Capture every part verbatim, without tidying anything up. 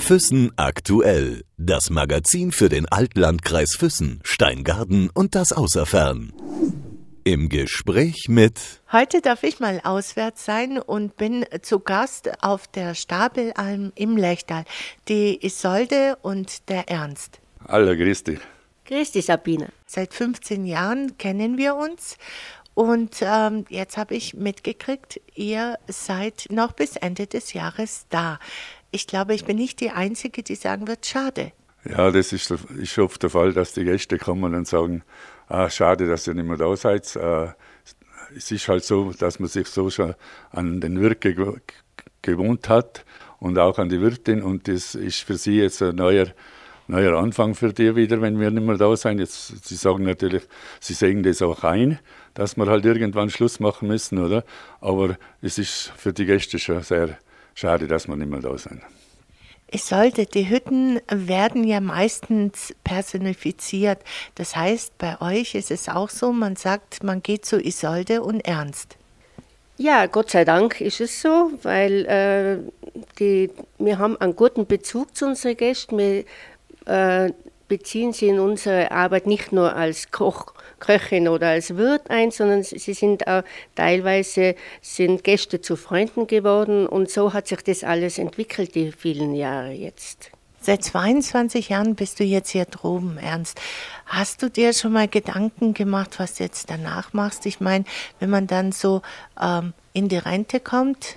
Füssen aktuell. Das Magazin für den Altlandkreis Füssen, Steingarten und das Außerfern. Im Gespräch mit... Heute darf ich mal auswärts sein und bin zu Gast auf der Stabelalm im Lechtal. Die Isolde und der Ernst. Hallo, grüß dich. Grüß dich, Sabine. Seit fünfzehn Jahren kennen wir uns. Und ähm, jetzt habe ich mitgekriegt, ihr seid noch bis Ende des Jahres da. Ich glaube, ich bin nicht die Einzige, die sagen wird, schade. Ja, das ist, ist oft der Fall, dass die Gäste kommen und sagen, ah, schade, dass ihr nicht mehr da seid. Äh, es ist halt so, dass man sich so schon an den Wirt ge- gewohnt hat und auch an die Wirtin. Und das ist für sie jetzt ein neuer, neuer Anfang für die wieder, wenn wir nicht mehr da sind. Jetzt, sie sagen natürlich, sie sehen das auch ein, dass wir halt irgendwann Schluss machen müssen, oder? Aber es ist für die Gäste schon sehr schade, dass wir nicht mehr da sind. Isolde, die Hütten werden ja meistens personifiziert. Das heißt, bei euch ist es auch so, man sagt, man geht zu Isolde und Ernst. Ja, Gott sei Dank ist es so, weil äh, die, wir haben einen guten Bezug zu unseren Gästen. Wir äh, beziehen sie in unsere Arbeit nicht nur als Koch, Köchin oder als Wirt ein, sondern sie sind auch teilweise sind Gäste zu Freunden geworden und so hat sich das alles entwickelt, die vielen Jahre jetzt. Seit zweiundzwanzig Jahren bist du jetzt hier droben, Ernst. Hast du dir schon mal Gedanken gemacht, was du jetzt danach machst? Ich meine, wenn man dann so ähm, in die Rente kommt?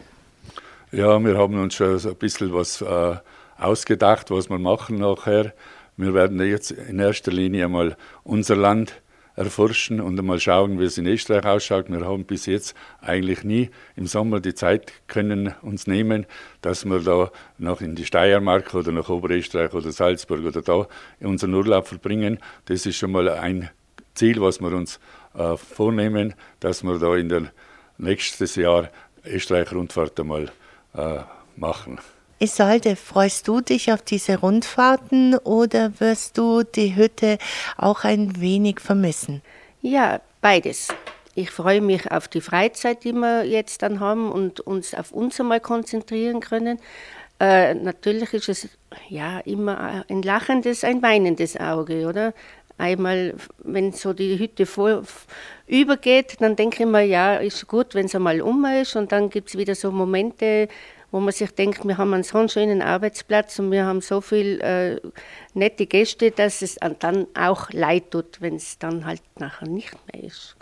Ja, wir haben uns schon so ein bisschen was äh, ausgedacht, was wir machen nachher. Wir werden jetzt in erster Linie einmal unser Land erforschen und einmal schauen, wie es in Österreich ausschaut. Wir haben bis jetzt eigentlich nie im Sommer die Zeit können uns nehmen, dass wir da noch in die Steiermark oder nach Oberösterreich oder Salzburg oder da unseren Urlaub verbringen. Das ist schon mal ein Ziel, was wir uns äh, vornehmen, dass wir da in der nächstes Jahr Österreich-Rundfahrt einmal äh, machen. Isolde, freust du dich auf diese Rundfahrten oder wirst du die Hütte auch ein wenig vermissen? Ja, beides. Ich freue mich auf die Freizeit, die wir jetzt dann haben und uns auf uns einmal konzentrieren können. Äh, natürlich ist es ja immer ein lachendes, ein weinendes Auge, oder? Einmal, wenn so die Hütte voll übergeht, dann denke ich mir, ja, ist gut, wenn es einmal um ist und dann gibt es wieder so Momente, wo man sich denkt, wir haben einen so einen schönen Arbeitsplatz und wir haben so viele äh, nette Gäste, dass es dann auch leid tut, wenn es dann halt nachher nicht mehr ist.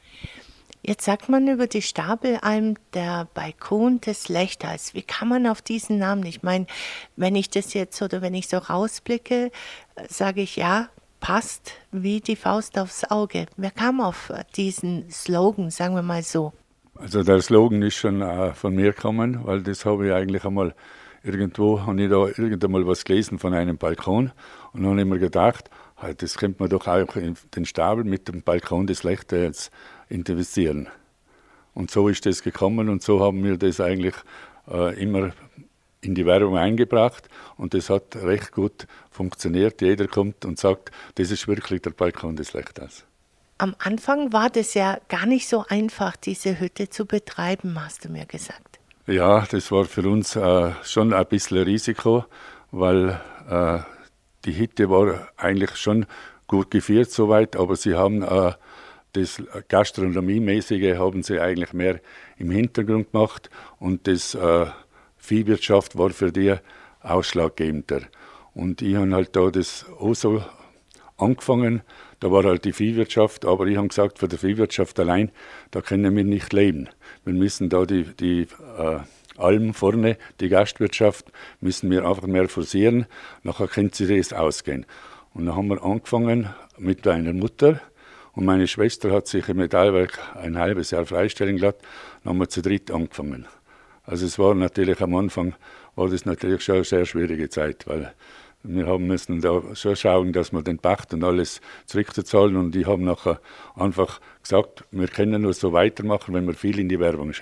Jetzt sagt man über die Stabelalm der Balkon des Lechtals. Wie kann man auf diesen Namen? Ich meine, wenn ich das jetzt oder wenn ich so rausblicke, sage ich ja, passt wie die Faust aufs Auge. Wer kam auf diesen Slogan, sagen wir mal so? Also der Slogan ist schon äh, von mir gekommen, weil das habe ich eigentlich einmal irgendwo, habe ich da irgendwann was gelesen von einem Balkon und dann habe ich mir gedacht, halt, das könnte man doch auch in den Stabel mit dem Balkon des Lechtals identifizieren. Und so ist das gekommen und so haben wir das eigentlich äh, immer in die Werbung eingebracht und das hat recht gut funktioniert. Jeder kommt und sagt, das ist wirklich der Balkon des Lechtals. Am Anfang war das ja gar nicht so einfach, diese Hütte zu betreiben, hast du mir gesagt. Ja, das war für uns äh, schon ein bisschen ein Risiko, weil äh, die Hütte war eigentlich schon gut geführt soweit, aber sie haben äh, das Gastronomiemäßige haben sie eigentlich mehr im Hintergrund gemacht und das äh, Viehwirtschaft war für die ausschlaggebender. Und ich habe halt da das auch so angefangen. Da war halt die Viehwirtschaft, aber ich habe gesagt, für die Viehwirtschaft allein, da können wir nicht leben. Wir müssen da die, die äh, Alm vorne, die Gastwirtschaft, müssen wir einfach mehr forcieren, nachher können sie das ausgehen. Und dann haben wir angefangen mit meiner Mutter und meine Schwester hat sich im Metallwerk ein halbes Jahr freistellen lassen, dann haben wir zu dritt angefangen. Also es war natürlich am Anfang, war das natürlich schon eine sehr schwierige Zeit, weil wir haben müssen da schon schauen, dass wir den Pacht und alles zurückzahlen. Und ich habe nachher einfach gesagt, wir können nur so weitermachen, wenn wir viel in die Werbung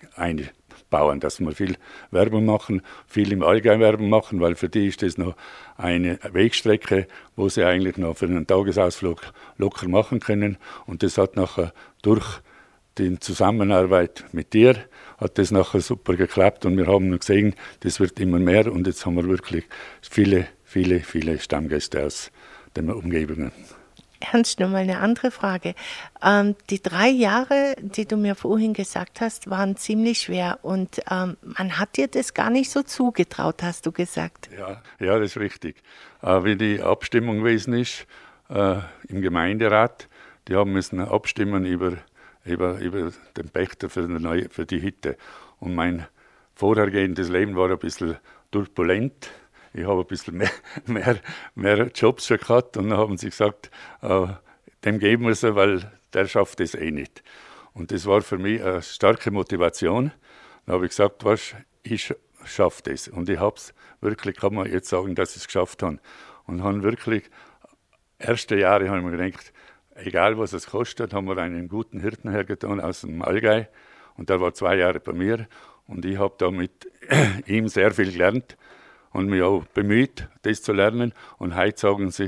einbauen. Dass wir viel Werbung machen, viel im Allgäu Werbung machen, weil für die ist das noch eine Wegstrecke, wo sie eigentlich noch für einen Tagesausflug locker machen können. Und das hat nachher durch die Zusammenarbeit mit dir hat das nachher super geklappt und wir haben gesehen, das wird immer mehr und jetzt haben wir wirklich viele, viele, viele Stammgäste aus den Umgebungen. Ernst, nur mal eine andere Frage. Ähm, die drei Jahre, die du mir vorhin gesagt hast, waren ziemlich schwer und ähm, man hat dir das gar nicht so zugetraut, hast du gesagt. Ja, ja, das ist richtig. Äh, wie die Abstimmung gewesen ist äh, im Gemeinderat, die haben müssen abstimmen über, über, über den Pächter für die, neue, für die Hütte. Und mein vorhergehendes Leben war ein bisschen turbulent. Ich habe ein bisschen mehr, mehr, mehr Jobs schon gehabt und dann haben sie gesagt, äh, dem geben wir sie, weil der schafft das eh nicht. Und das war für mich eine starke Motivation. Dann habe ich gesagt, was, ich schaffe das. Und ich habe es wirklich, kann man jetzt sagen, dass ich es geschafft habe. Und habe wirklich, erste Jahre habe ich mir gedacht, egal was es kostet, haben wir einen guten Hirten hergetan aus dem Allgäu. Und der war zwei Jahre bei mir. Und ich habe da mit ihm sehr viel gelernt. Und mich auch bemüht, das zu lernen. Und heute sagen sie,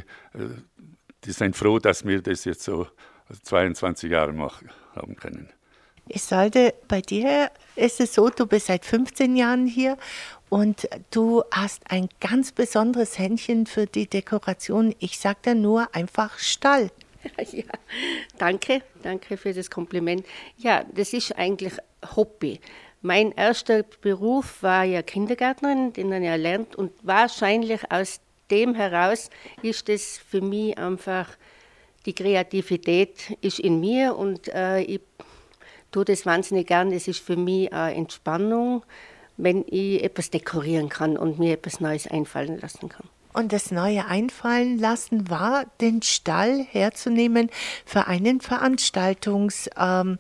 die sind froh, dass wir das jetzt so zweiundzwanzig Jahre machen, haben können. Isolde, bei dir ist es so, du bist seit fünfzehn Jahren hier und du hast ein ganz besonderes Händchen für die Dekoration. Ich sage da nur einfach Stall. Ja, danke, danke für das Kompliment. Ja, das ist eigentlich Hobby. Mein erster Beruf war ja Kindergärtnerin, den man ja lernt. Und wahrscheinlich aus dem heraus ist es für mich einfach, die Kreativität ist in mir und äh, ich tue das wahnsinnig gern. Es ist für mich eine Entspannung, wenn ich etwas dekorieren kann und mir etwas Neues einfallen lassen kann. Und das Neue einfallen lassen war, den Stall herzunehmen für einen Veranstaltungsort. Ähm,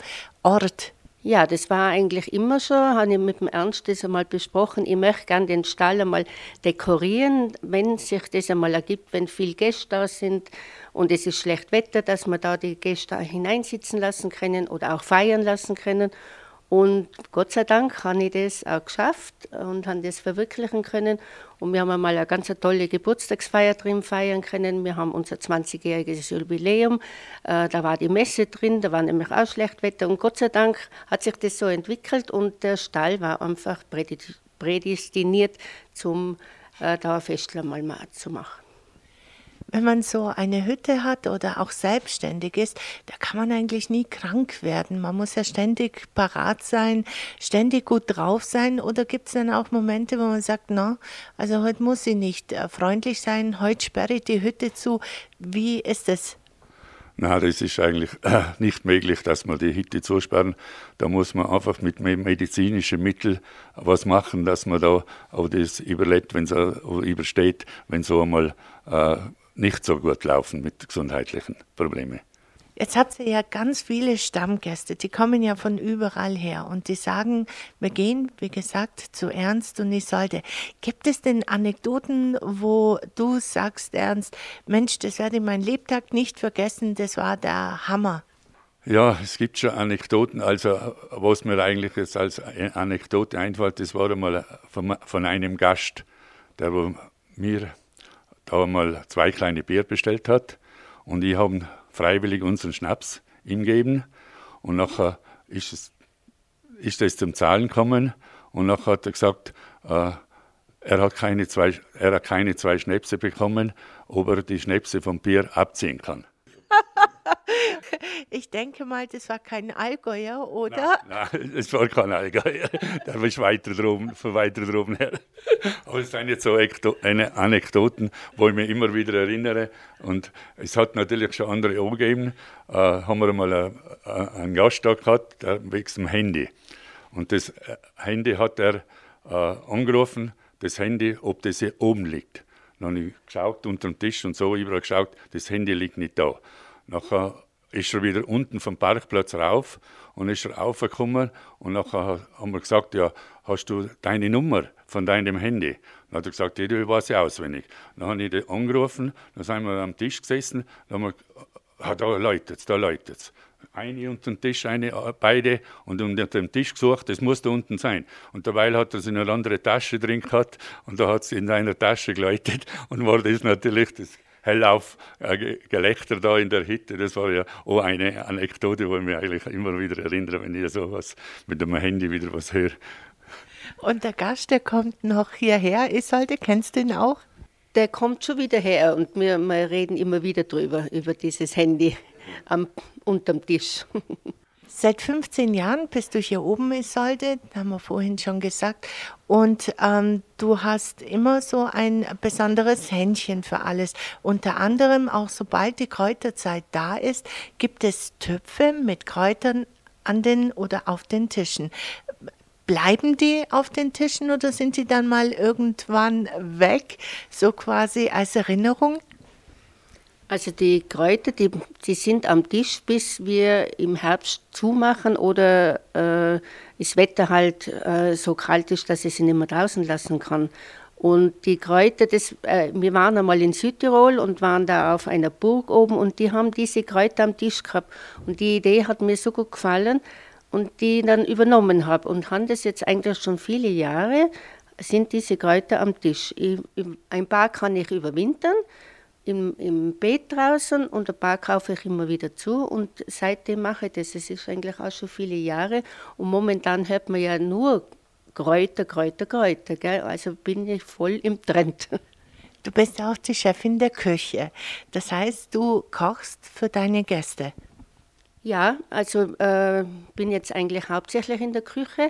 Ja, das war eigentlich immer schon, habe ich mit dem Ernst das einmal besprochen. Ich möchte gerne den Stall einmal dekorieren, wenn sich das einmal ergibt, wenn viele Gäste da sind und es ist schlecht Wetter, dass wir da die Gäste hineinsitzen lassen können oder auch feiern lassen können. Und Gott sei Dank habe ich das auch geschafft und habe das verwirklichen können. Und wir haben einmal eine ganz tolle Geburtstagsfeier drin feiern können. Wir haben unser zwanzigjähriges Jubiläum. Äh, da war die Messe drin, da war nämlich auch Schlechtwetter. Und Gott sei Dank hat sich das so entwickelt und der Stall war einfach prädestiniert, zum äh, da ein Festel mal zu machen. Wenn man so eine Hütte hat oder auch selbstständig ist, da kann man eigentlich nie krank werden. Man muss ja ständig parat sein, ständig gut drauf sein. Oder gibt es dann auch Momente, wo man sagt, na, also heute muss ich nicht freundlich sein, heute sperre ich die Hütte zu. Wie ist das? Nein, das ist eigentlich äh, nicht möglich, dass man die Hütte zusperren. Da muss man einfach mit medizinischen Mitteln was machen, dass man da auch das überlebt, wenn es übersteht, wenn so einmal äh, nicht so gut laufen mit gesundheitlichen Problemen. Jetzt habt ihr ja ganz viele Stammgäste, die kommen ja von überall her und die sagen, wir gehen, wie gesagt, zu Ernst und Isolde. Gibt es denn Anekdoten, wo du sagst, Ernst, Mensch, das werde ich mein Lebtag nicht vergessen, das war der Hammer? Ja, es gibt schon Anekdoten. Also, was mir eigentlich jetzt als Anekdote einfällt, das war einmal von, von einem Gast, der mir da mal zwei kleine Bier bestellt hat und ich habe freiwillig unseren Schnaps ihm gegeben und nachher ist es ist es zum Zahlen gekommen und nachher hat er gesagt, äh, er hat keine zwei er hat keine zwei Schnäpse bekommen, ob er die Schnäpse vom Bier abziehen kann. Ich denke mal, das war kein Allgäuer, oder? Nein, nein, es war kein Allgäuer. Der war weiter droben, von weiter droben her. Aber es sind jetzt so Anekdoten, wo ich mich immer wieder erinnere. Und es hat natürlich schon andere auch gegeben. Äh, haben wir einmal einen Gast da gehabt, der wegen dem Handy. Und das Handy hat er äh, angerufen, das Handy, ob das hier oben liegt. Dann habe ich geschaut unter dem Tisch und so überall geschaut, das Handy liegt nicht da. Nachher ist er wieder unten vom Parkplatz rauf und ist er raufgekommen und nachher haben wir gesagt, ja, hast du deine Nummer von deinem Handy? Dann hat er gesagt, ja, ich weiß ja auswendig. Dann habe ich den angerufen, dann sind wir am Tisch gesessen, dann haben wir, ah, da läutet's, da läutet's. Eine unter dem Tisch, eine, beide und unter dem Tisch gesucht, das muss da unten sein. Und dabei hat er in eine andere Tasche drin gehabt und da hat es in seiner Tasche geläutet und war das natürlich das hellauf äh, Gelächter da in der Hütte. Das war ja auch eine Anekdote, wo ich mich eigentlich immer wieder erinnere, wenn ich so was mit dem Handy wieder was höre. Und der Gast, der kommt noch hierher, Isolde, kennst du ihn auch? Der kommt schon wieder her und wir, wir reden immer wieder drüber, über dieses Handy am, unterm Tisch. Seit fünfzehn Jahren bist du hier oben, Isolde, haben wir vorhin schon gesagt. Und ähm, du hast immer so ein besonderes Händchen für alles. Unter anderem auch, sobald die Kräuterzeit da ist, gibt es Töpfe mit Kräutern an den oder auf den Tischen. Bleiben die auf den Tischen oder sind die dann mal irgendwann weg, so quasi als Erinnerung? Also die Kräuter, die, die sind am Tisch, bis wir im Herbst zumachen oder äh, das Wetter halt äh, so kalt ist, dass ich sie nicht mehr draußen lassen kann. Und die Kräuter, das, äh, wir waren einmal in Südtirol und waren da auf einer Burg oben und die haben diese Kräuter am Tisch gehabt. Und die Idee hat mir so gut gefallen und die dann übernommen habe und haben das jetzt eigentlich schon viele Jahre, sind diese Kräuter am Tisch. Ich, ein paar kann ich überwintern, Im, im Beet draußen und ein paar kaufe ich immer wieder zu und seitdem mache ich das. Es ist eigentlich auch schon viele Jahre und momentan hört man ja nur Kräuter, Kräuter, Kräuter. Gell? Also bin ich voll im Trend. Du bist auch die Chefin der Küche. Das heißt, du kochst für deine Gäste. Ja, also äh, bin jetzt eigentlich hauptsächlich in der Küche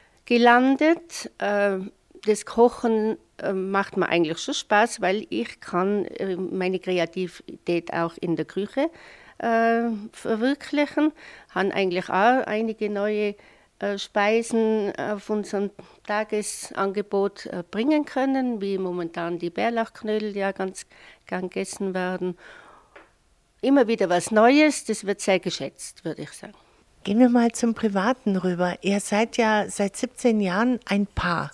gelandet. Äh, das Kochen macht mir eigentlich schon Spaß, weil ich kann meine Kreativität auch in der Küche äh, verwirklichen. Habe eigentlich auch einige neue äh, Speisen auf unserem Tagesangebot äh, bringen können, wie momentan die Bärlauchknödel, die ja ganz gern gegessen werden. Immer wieder was Neues, das wird sehr geschätzt, würde ich sagen. Gehen wir mal zum Privaten rüber. Ihr seid ja seit siebzehn Jahren ein Paar.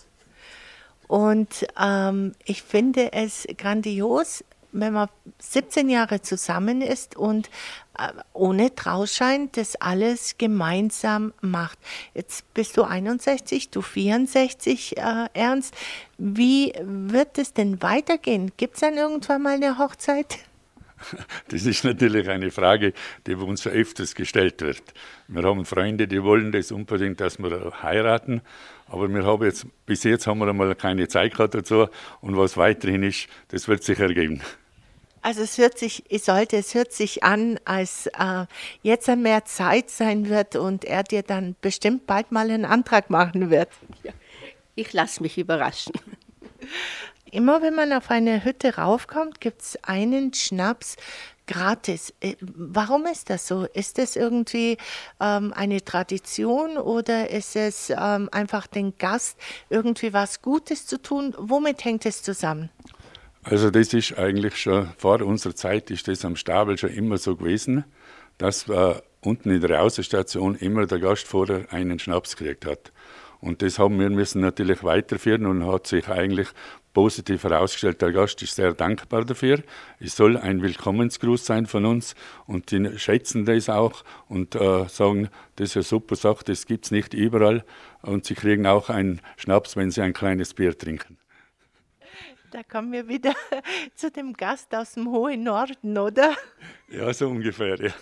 Und ähm, ich finde es grandios, wenn man siebzehn Jahre zusammen ist und äh, ohne Trauschein das alles gemeinsam macht. Jetzt bist du einundsechzig, du vierundsechzig, äh, Ernst. Wie wird es denn weitergehen? Gibt es dann irgendwann mal eine Hochzeit? Das ist natürlich eine Frage, die uns schon öfters gestellt wird. Wir haben Freunde, die wollen das unbedingt, dass wir heiraten, aber wir haben jetzt, bis jetzt haben wir einmal keine Zeit gehabt dazu und was weiterhin ist, das wird sich ergeben. Also es hört sich, Isolde, es hört sich an, als äh, jetzt mehr Zeit sein wird und er dir dann bestimmt bald mal einen Antrag machen wird. Ja, ich lasse mich überraschen. Immer wenn man auf eine Hütte raufkommt, gibt es einen Schnaps gratis. Warum ist das so? Ist das irgendwie ähm, eine Tradition oder ist es ähm, einfach den Gast irgendwie was Gutes zu tun? Womit hängt es zusammen? Also das ist eigentlich schon, vor unserer Zeit ist das am Stabel schon immer so gewesen, dass äh, unten in der Außenstation immer der Gastfahrer einen Schnaps gekriegt hat. Und das haben wir müssen natürlich weiterführen und hat sich eigentlich positiv herausgestellt. Der Gast ist sehr dankbar dafür. Es soll ein Willkommensgruß sein von uns und die schätzen das auch und äh, sagen, das ist eine super Sache, das gibt es nicht überall. Und sie kriegen auch einen Schnaps, wenn sie ein kleines Bier trinken. Da kommen wir wieder zu dem Gast aus dem hohen Norden, oder? Ja, so ungefähr, ja.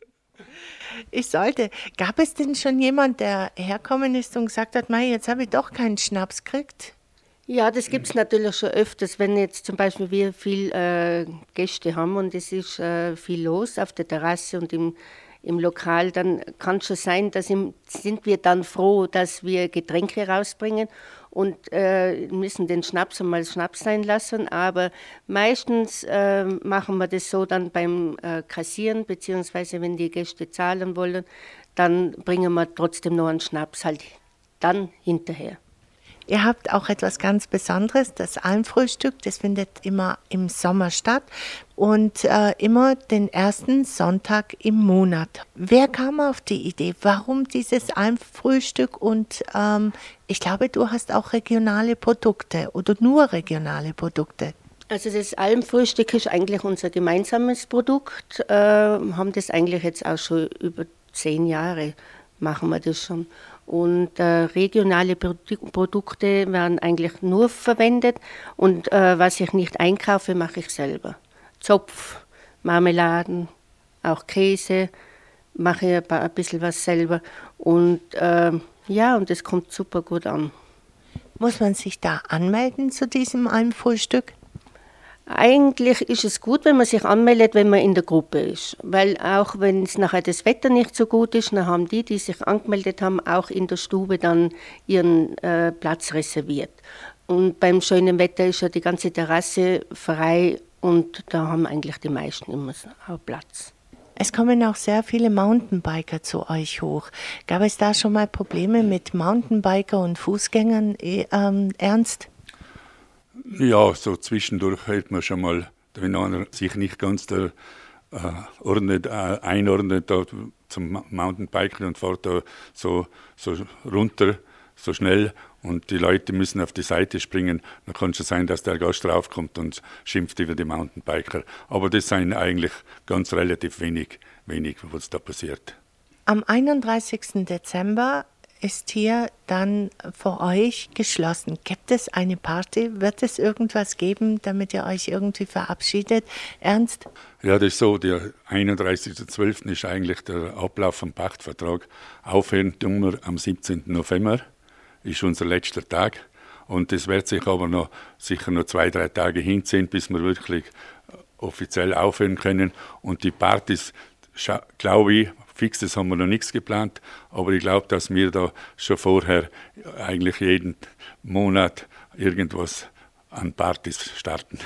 Ich sollte, gab es denn schon jemand, der herkommen ist und gesagt hat, Mei, jetzt habe ich doch keinen Schnaps gekriegt? Ja, das gibt es natürlich schon öfters, wenn jetzt zum Beispiel wir viel äh, Gäste haben und es ist äh, viel los auf der Terrasse und im, im Lokal, dann kann es schon sein, dass im, sind wir dann froh, dass wir Getränke rausbringen und äh, müssen den Schnaps einmal Schnaps sein lassen, aber meistens äh, machen wir das so dann beim äh, Kassieren, beziehungsweise wenn die Gäste zahlen wollen, dann bringen wir trotzdem noch einen Schnaps halt dann hinterher. Ihr habt auch etwas ganz Besonderes, das Almfrühstück, das findet immer im Sommer statt und äh, immer den ersten Sonntag im Monat. Wer kam auf die Idee? Warum dieses Almfrühstück? Und ähm, ich glaube, du hast auch regionale Produkte oder nur regionale Produkte. Also das Almfrühstück ist eigentlich unser gemeinsames Produkt. Äh, haben das eigentlich jetzt auch schon über zehn Jahre, machen wir das schon. Und äh, regionale Produ- Produkte werden eigentlich nur verwendet und äh, was ich nicht einkaufe, mache ich selber. Zopf, Marmeladen, auch Käse, mache ich ein, paar, ein bisschen was selber. Und äh, ja, und das kommt super gut an. Muss man sich da anmelden zu diesem Almfrühstück? Eigentlich ist es gut, wenn man sich anmeldet, wenn man in der Gruppe ist. Weil auch wenn es nachher das Wetter nicht so gut ist, dann haben die, die sich angemeldet haben, auch in der Stube dann ihren äh, Platz reserviert. Und beim schönen Wetter ist ja die ganze Terrasse frei und da haben eigentlich die meisten immer auch Platz. Es kommen auch sehr viele Mountainbiker zu euch hoch. Gab es da schon mal Probleme mit Mountainbiker und Fußgängern, ähm, Ernst? Ja, so zwischendurch hört man schon mal, wenn einer sich nicht ganz da, äh, ordnet, äh, einordnet da zum Mountainbiken und fährt da so, so runter, so schnell und die Leute müssen auf die Seite springen, dann kann es schon sein, dass der Gast draufkommt und schimpft über die Mountainbiker. Aber das sind eigentlich ganz relativ wenig, wenig was da passiert. Am einunddreißigsten Dezember ist hier dann für euch geschlossen. Gibt es eine Party? Wird es irgendwas geben, damit ihr euch irgendwie verabschiedet? Ernst? Ja, das ist so. Der einunddreißigsten zwölften ist eigentlich der Ablauf vom Pachtvertrag. Aufhören tun wir am siebzehnten November. Ist unser letzter Tag. Und das wird sich aber noch sicher noch zwei, drei Tage hinziehen, bis wir wirklich offiziell aufhören können. Und die Partys, glaube ich, Fixes haben wir noch nichts geplant, aber ich glaube, dass wir da schon vorher eigentlich jeden Monat irgendwas an Partys starten.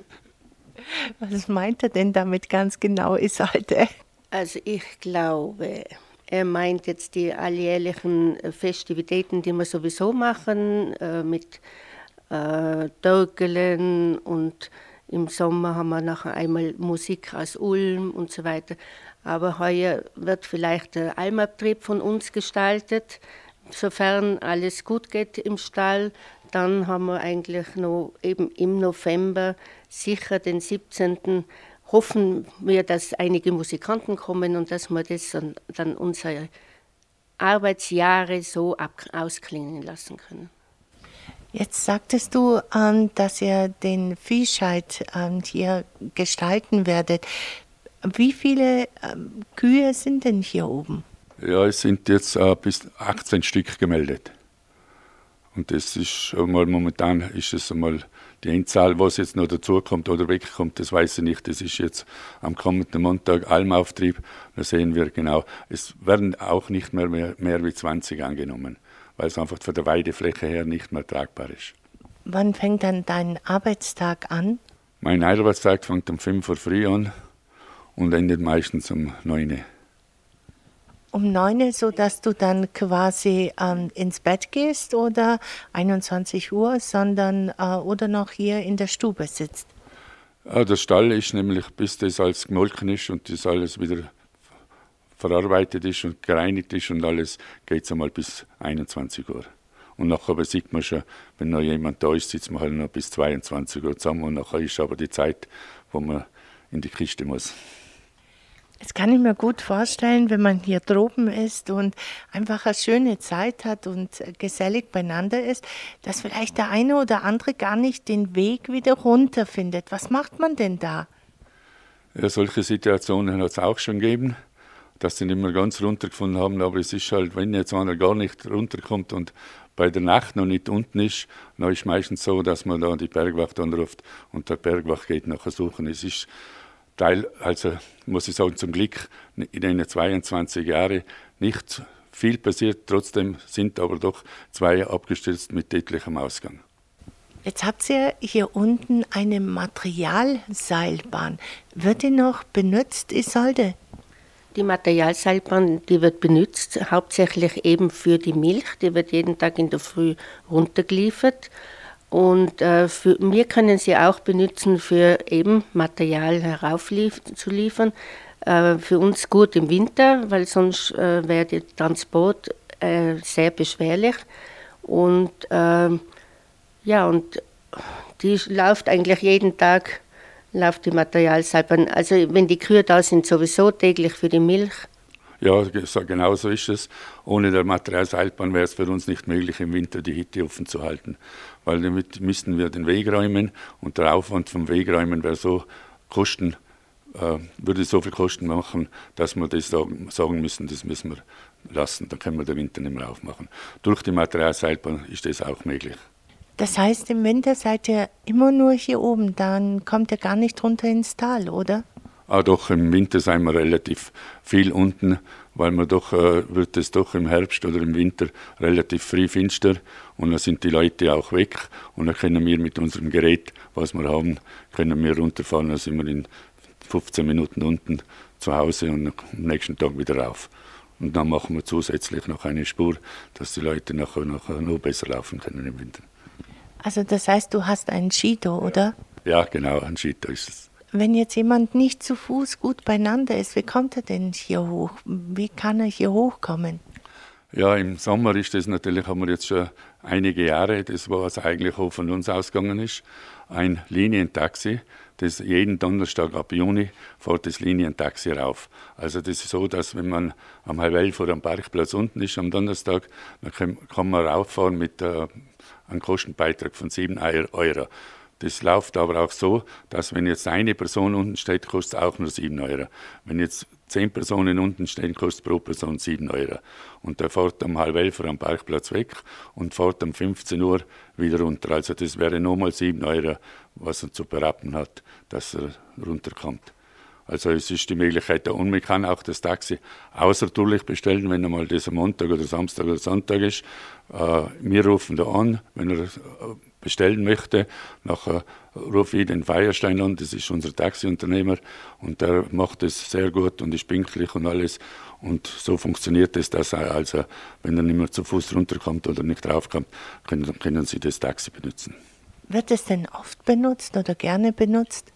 Was meint er denn damit ganz genau, Isolde? Also ich glaube, er meint jetzt die alljährlichen Festivitäten, die wir sowieso machen, äh, mit äh, Törgelen und im Sommer haben wir nachher einmal Musik aus Ulm und so weiter. Aber heuer wird vielleicht der Almabtrieb von uns gestaltet. Sofern alles gut geht im Stall, dann haben wir eigentlich noch eben im November, sicher den siebzehnten hoffen wir, dass einige Musikanten kommen und dass wir das dann, dann unsere Arbeitsjahre so ab, ausklingen lassen können. Jetzt sagtest du, ähm, dass ihr den Viehscheid ähm, hier gestalten werdet. Wie viele ähm, Kühe sind denn hier oben? Ja, es sind jetzt äh, bis achtzehn Stück gemeldet. Und das ist einmal, momentan ist es einmal die Endzahl, was jetzt noch dazukommt oder wegkommt, das weiß ich nicht. Das ist jetzt am kommenden Montag Almauftrieb. Da sehen wir genau, es werden auch nicht mehr mehr, mehr wie zwanzig angenommen, weil es einfach von der Weidefläche her nicht mehr tragbar ist. Wann fängt dann dein Arbeitstag an? Mein Arbeitstag fängt um fünf Uhr früh an und endet meistens um neun Uhr. Um neun Uhr, sodass du dann quasi ähm, ins Bett gehst oder einundzwanzig Uhr, sondern äh, oder noch hier in der Stube sitzt? Ja, der Stall ist nämlich, bis das alles gemolken ist und das alles wieder verarbeitet ist und gereinigt ist und alles, geht es einmal bis einundzwanzig Uhr. Und nachher sieht man schon, wenn noch jemand da ist, sitzt man halt noch bis zweiundzwanzig Uhr zusammen und nachher ist aber die Zeit, wo man in die Kiste muss. Das kann ich mir gut vorstellen, wenn man hier droben ist und einfach eine schöne Zeit hat und gesellig beieinander ist, dass vielleicht der eine oder andere gar nicht den Weg wieder runter findet. Was macht man denn da? Ja, solche Situationen hat es auch schon gegeben, dass sie nicht mehr ganz runtergefunden haben, aber es ist halt, wenn jetzt einer gar nicht runterkommt und bei der Nacht noch nicht unten ist, dann ist es meistens so, dass man da die Bergwacht anruft und der Bergwacht geht nachher suchen. Es ist Teil, also muss ich sagen, zum Glück in den zweiundzwanzig Jahren nicht viel passiert, trotzdem sind aber doch zwei abgestürzt mit tödlichem Ausgang. Jetzt habt ihr hier unten eine Materialseilbahn. Wird die noch benutzt, Isolde? Die Materialseilbahn, die wird benutzt, hauptsächlich eben für die Milch. Die wird jeden Tag in der Früh runtergeliefert. Und äh, für, wir können sie auch benutzen, für eben Material heraufzuliefern. Äh, für uns gut im Winter, weil sonst äh, wäre der Transport äh, sehr beschwerlich. Und äh, ja, und die läuft eigentlich jeden Tag, läuft die Materialseilbahn. Also wenn die Kühe da sind, sowieso täglich für die Milch. Ja, genau so ist es. Ohne der Materialseilbahn wäre es für uns nicht möglich, im Winter die Hütte offen zu halten. Weil damit müssten wir den Weg räumen und der Aufwand vom Wegräumen wäre so Kosten, äh, würde so viel Kosten machen, dass wir das sagen, sagen müssen, das müssen wir lassen, dann können wir den Winter nicht mehr aufmachen. Durch die Materialseilbahn ist das auch möglich. Das heißt, im Winter seid ihr immer nur hier oben, dann kommt ihr gar nicht runter ins Tal, oder? Ah, doch, im Winter sind wir relativ viel unten, weil wir doch, äh, wird es doch im Herbst oder im Winter relativ früh finster und dann sind die Leute auch weg und dann können wir mit unserem Gerät, was wir haben, können wir runterfahren, dann sind wir in fünfzehn Minuten unten zu Hause und am nächsten Tag wieder rauf. Und dann machen wir zusätzlich noch eine Spur, dass die Leute nachher, nachher noch besser laufen können im Winter. Also das heißt, du hast einen Skito, oder? Ja, genau, ein Skito ist es. Wenn jetzt jemand nicht zu Fuß gut beieinander ist, wie kommt er denn hier hoch? Wie kann er hier hochkommen? Ja, im Sommer ist das natürlich, haben wir jetzt schon einige Jahre, das was eigentlich auch von uns ausgegangen ist, ein Linientaxi, das jeden Donnerstag ab Juni fährt das Linientaxi rauf. Also das ist so, dass wenn man am halb elf oder am Parkplatz unten ist am Donnerstag, dann kann, kann man rauffahren mit äh, einem Kostenbeitrag von sieben Euro. Das läuft aber auch so, dass wenn jetzt eine Person unten steht, kostet es auch nur sieben Euro. Wenn jetzt zehn Personen unten stehen, kostet pro Person sieben Euro. Und der fährt um halb elf Uhr am Parkplatz weg und fährt um fünfzehn Uhr wieder runter. Also das wäre nochmal sieben Euro, was er zu berappen hat, dass er runterkommt. Also es ist die Möglichkeit da. Und man kann auch das Taxi außertourlich bestellen, wenn einmal das am Montag oder Samstag oder Sonntag ist. Äh, wir rufen da an, wenn er bestellen möchte. Nachher rufe ich den Feierstein an, das ist unser Taxiunternehmer und der macht es sehr gut und ist pünktlich und alles. Und so funktioniert es, dass er also, wenn er nicht mehr zu Fuß runterkommt oder nicht draufkommt, können, können Sie das Taxi benutzen. Wird es denn oft benutzt oder gerne benutzt?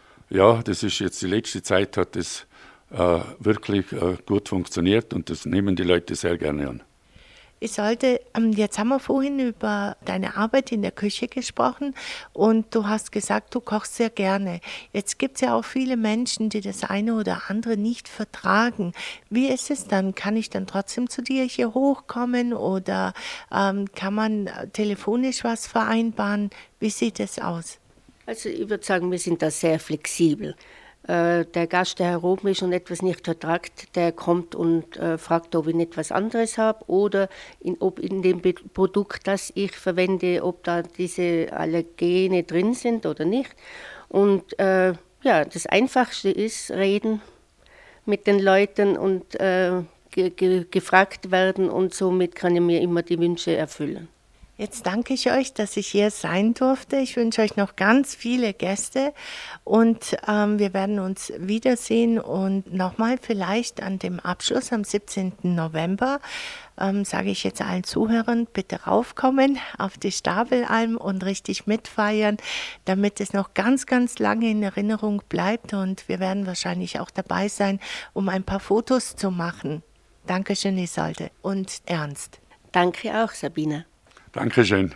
Ja, das ist jetzt die letzte Zeit, hat es äh, wirklich äh, gut funktioniert und das nehmen die Leute sehr gerne an. Ich sollte, jetzt haben wir vorhin über deine Arbeit in der Küche gesprochen und du hast gesagt, du kochst sehr gerne. Jetzt gibt es ja auch viele Menschen, die das eine oder andere nicht vertragen. Wie ist es dann? Kann ich dann trotzdem zu dir hier hochkommen oder ähm, kann man telefonisch was vereinbaren? Wie sieht es aus? Also ich würde sagen, wir sind da sehr flexibel. Äh, der Gast, der hier oben ist und etwas nicht vertragt, der kommt und äh, fragt, ob ich nicht was anderes habe oder in, ob in dem Be- Produkt, das ich verwende, ob da diese Allergene drin sind oder nicht. Und äh, ja, das Einfachste ist, reden mit den Leuten und äh, ge- ge- gefragt werden und somit kann ich mir immer die Wünsche erfüllen. Jetzt danke ich euch, dass ich hier sein durfte. Ich wünsche euch noch ganz viele Gäste und ähm, wir werden uns wiedersehen und nochmal vielleicht an dem Abschluss am siebzehnten November ähm, sage ich jetzt allen Zuhörern, bitte raufkommen auf die Stabelalm und richtig mitfeiern, damit es noch ganz, ganz lange in Erinnerung bleibt und wir werden wahrscheinlich auch dabei sein, um ein paar Fotos zu machen. Dankeschön, Isolde und Ernst. Danke auch, Sabina. Dankeschön.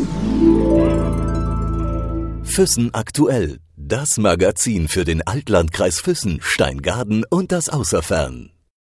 Füssen aktuell. Das Magazin für den Altlandkreis Füssen, Steingaden und das Außerfern.